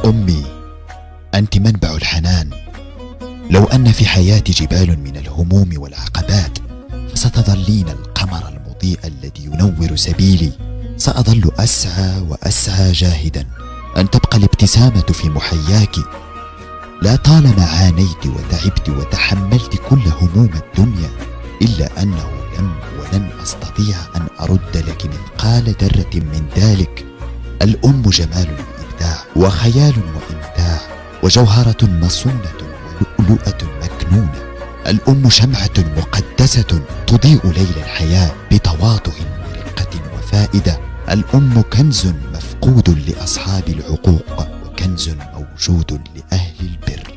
أمي، أنت منبع الحنان. لو أن في حياتي جبال من الهموم والعقبات فستظلين القمر المضيء الذي ينور سبيلي. سأظل أسعى وأسعى جاهدا أن تبقى الابتسامة في محياك. لا طالما عانيت وتعبت وتحملت كل هموم الدنيا، إلا أنه لم ولن أستطيع أن أرد لك مثقال ذرة من ذلك. الأم جمال وإبداع وخيال وإمتاع وجوهرة مصونة ولؤلؤة مكنونة. الأم شمعة مقدسة تضيء ليل الحياة بتواضع ورقة وفائدة. الأم كنز مفقود لأصحاب العقوق وكنز موجود لأهل البر.